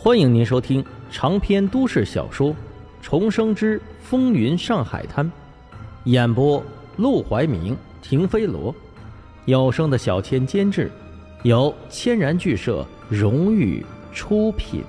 欢迎您收听长篇都市小说《重生之风云上海滩》，演播陆怀明、停飞罗，有声的小千监制，由千然剧社荣誉出品。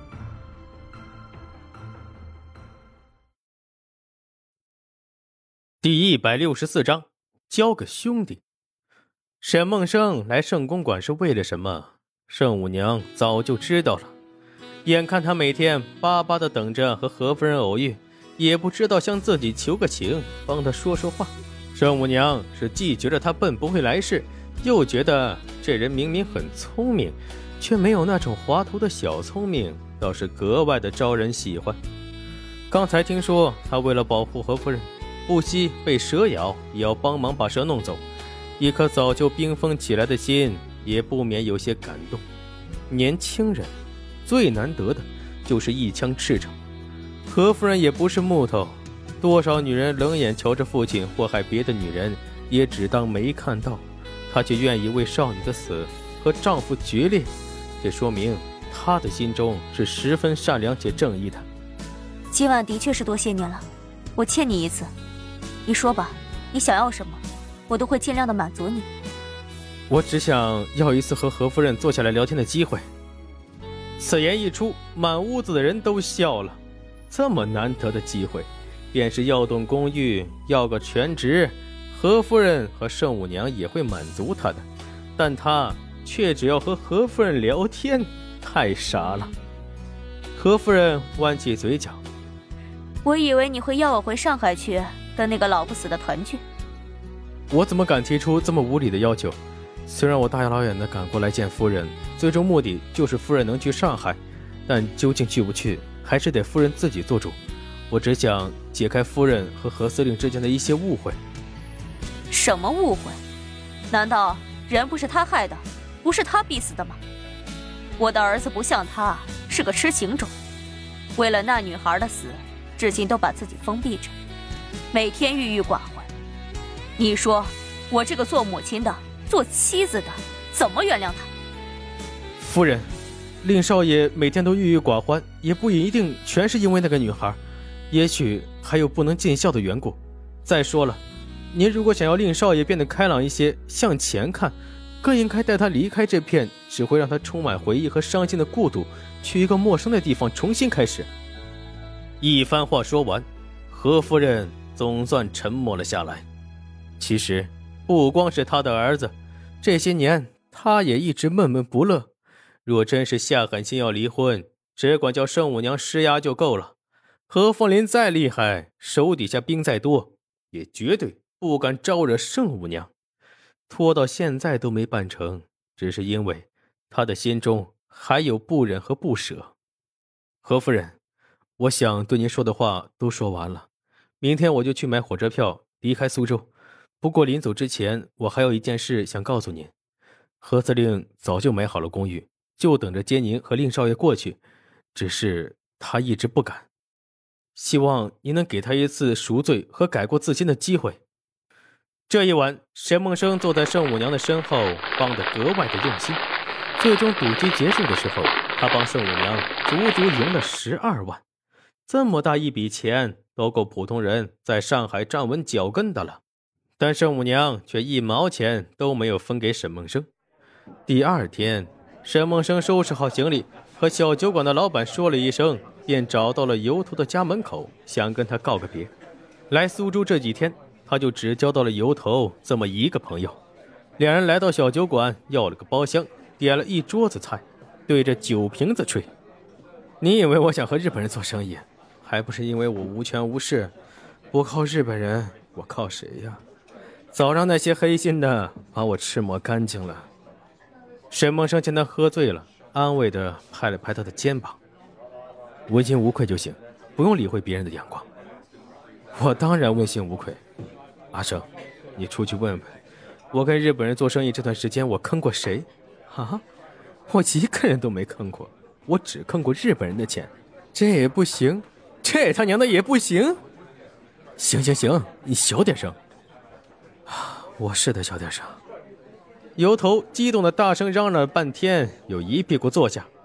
第164章，交个兄弟。沈梦生来圣公馆是为了什么？圣母娘早就知道了。眼看他每天巴巴地等着和何夫人偶遇，也不知道向自己求个情，帮他说说话。圣母娘是既觉得他笨不会来事，又觉得这人明明很聪明，却没有那种滑头的小聪明，倒是格外的招人喜欢。刚才听说他为了保护何夫人，不惜被蛇咬，也要帮忙把蛇弄走，一颗早就冰封起来的心也不免有些感动。年轻人最难得的就是一腔赤诚。何夫人也不是木头，多少女人冷眼瞧着父亲祸害别的女人，也只当没看到，她却愿意为少女的死和丈夫决裂，这说明她的心中是十分善良且正义的。 今晚的确是多谢你了，我欠你一次，你说吧，你想要什么，我都会尽量的满足你。 我只想要一次和何夫人坐下来聊天的机会。此言一出，满屋子的人都笑了。这么难得的机会，便是耀东公寓要个全职，何夫人和圣母娘也会满足他的，但他却只要和何夫人聊天，太傻了。何夫人弯起嘴角， 我以为你会要我回上海去跟那个老不死的团聚。 我怎么敢提出这么无理的要求？虽然我大老远的赶过来见夫人，最终目的就是夫人能去上海，但究竟去不去，还是得夫人自己做主。我只想解开夫人和何司令之间的一些误会。 什么误会？难道人不是他害的，不是他逼死的吗？我的儿子不像他，是个痴情种，为了那女孩的死，至今都把自己封闭着，每天郁郁寡欢。你说我这个做母亲的，做妻子的，怎么原谅他？ 夫人，令少爷每天都郁郁寡欢，也不一定全是因为那个女孩，也许还有不能尽孝的缘故。再说了，您如果想要令少爷变得开朗一些，向前看，更应该带他离开这片只会让他充满回忆和伤心的故土，去一个陌生的地方重新开始。一番话说完，何夫人总算沉默了下来。其实不光是他的儿子，这些年他也一直闷闷不乐。若真是下狠心要离婚，只管叫圣母娘施压就够了。何凤林再厉害，手底下兵再多，也绝对不敢招惹圣母娘。拖到现在都没办成，只是因为他的心中还有不忍和不舍。何夫人，我想对您说的话都说完了，明天我就去买火车票离开苏州。不过临走之前，我还有一件事想告诉您。何司令早就买好了公寓，就等着接您和令少爷过去，只是他一直不敢。希望您能给他一次赎罪和改过自新的机会。这一晚，沈梦生坐在圣母娘的身后，帮得格外的用心。最终赌局结束的时候，他帮圣母娘足足赢了12万。这么大一笔钱，都够普通人在上海站稳脚跟的了。但圣母娘却1毛钱都没有分给沈梦生。第二天，沈梦生收拾好行李，和小酒馆的老板说了一声，便找到了油头的家门口，想跟他告个别。来苏州这几天，他就只交到了油头这么一个朋友。两人来到小酒馆，要了个包厢，点了一桌子菜，对着酒瓶子吹。你以为我想和日本人做生意，还不是因为我无权无势，不靠日本人，我靠谁呀？早让那些黑心的把我吃抹干净了。沈梦生见他喝醉了，安慰地拍了拍他的肩膀，问心无愧就行，不用理会别人的眼光。我当然问心无愧。阿生，你出去问问，我跟日本人做生意这段时间我坑过谁？啊？我一个人都没坑过，我只坑过日本人的钱。这也不行，这他娘的也不行。行行行，你小点声。我是得小点声。油头激动的大声嚷嚷了半天，又一屁股坐下，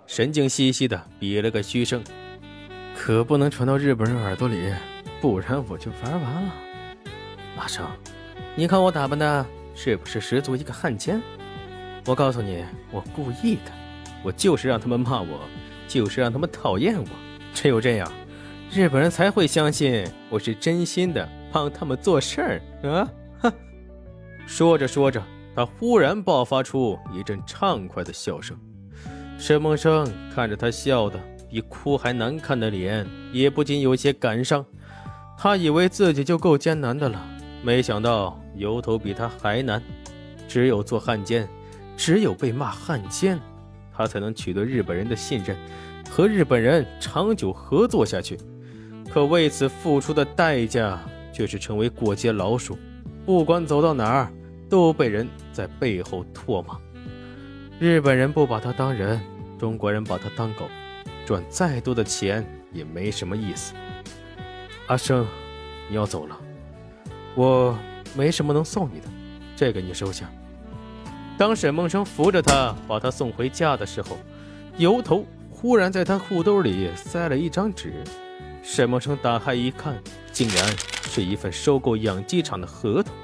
神经兮兮的比了个嘘声，可不能传到日本人耳朵里，不然我就玩完了。阿生，你看我打扮的是不是十足一个汉奸？我告诉你，我故意的，我就是让他们骂我，就是让他们讨厌我，只有这样，日本人才会相信我是真心的帮他们做事儿啊！哈！说着说着，他忽然爆发出一阵畅快的笑声。沈梦生看着他笑的比哭还难看的脸，也不禁有些感伤。他以为自己就够艰难的了，没想到由头比他还难。只有做汉奸，只有被骂汉奸，他才能取得日本人的信任，和日本人长久合作下去。可为此付出的代价却是成为过街老鼠，不管走到哪儿都被人在背后唾骂。日本人不把他当人，中国人把他当狗，赚再多的钱也没什么意思。阿生，你要走了，我没什么能送你的，这个你收下。当沈梦生扶着他把他送回家的时候，由头忽然在他裤兜里塞了一张纸。沈梦生打开一看，竟然是一份收购养鸡场的合同。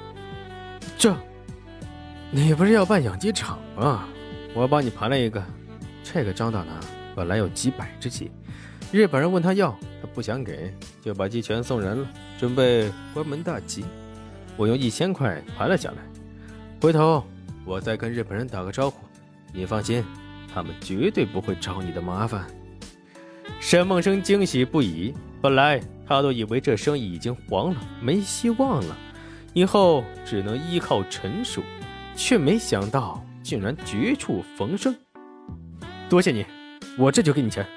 你不是要办养鸡场吗？我帮你盘了一个，这个张大拿本来有几百只鸡，日本人问他要，他不想给，就把鸡全送人了，准备关门大吉。我用1000块盘了下来，回头我再跟日本人打个招呼，你放心，他们绝对不会找你的麻烦。沈梦生惊喜不已，本来他都以为这生意已经黄了，没希望了，以后只能依靠陈叔，却没想到竟然绝处逢生。多谢你，我这就给你钱。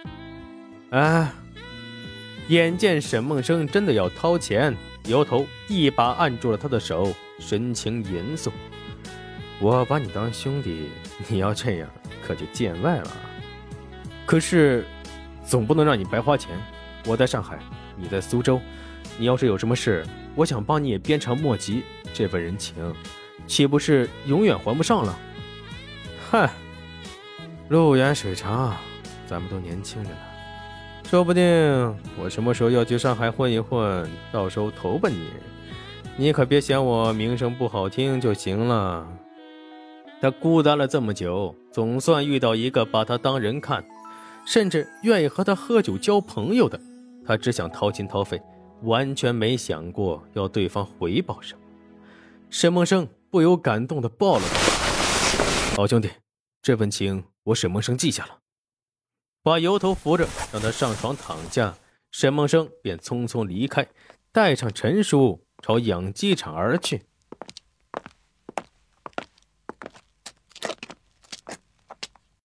眼见沈梦生真的要掏钱，由头一把按住了他的手，神情严肃。我把你当兄弟，你要这样可就见外了。可是总不能让你白花钱，我在上海，你在苏州，你要是有什么事，我想帮你也鞭长莫及，这份人情岂不是永远还不上了？嗨，路远水长，咱们都年轻着呢，说不定我什么时候要去上海混一混，到时候投奔你，你可别嫌我名声不好听就行了。他孤单了这么久，总算遇到一个把他当人看，甚至愿意和他喝酒交朋友的。他只想掏心掏肺，完全没想过要对方回报什么。沈梦生不由感动地抱了他。好兄弟，这份情我沈梦生记下了。把由头扶着，让他上床躺下，沈梦生便匆匆离开，带上陈叔朝养鸡场而去。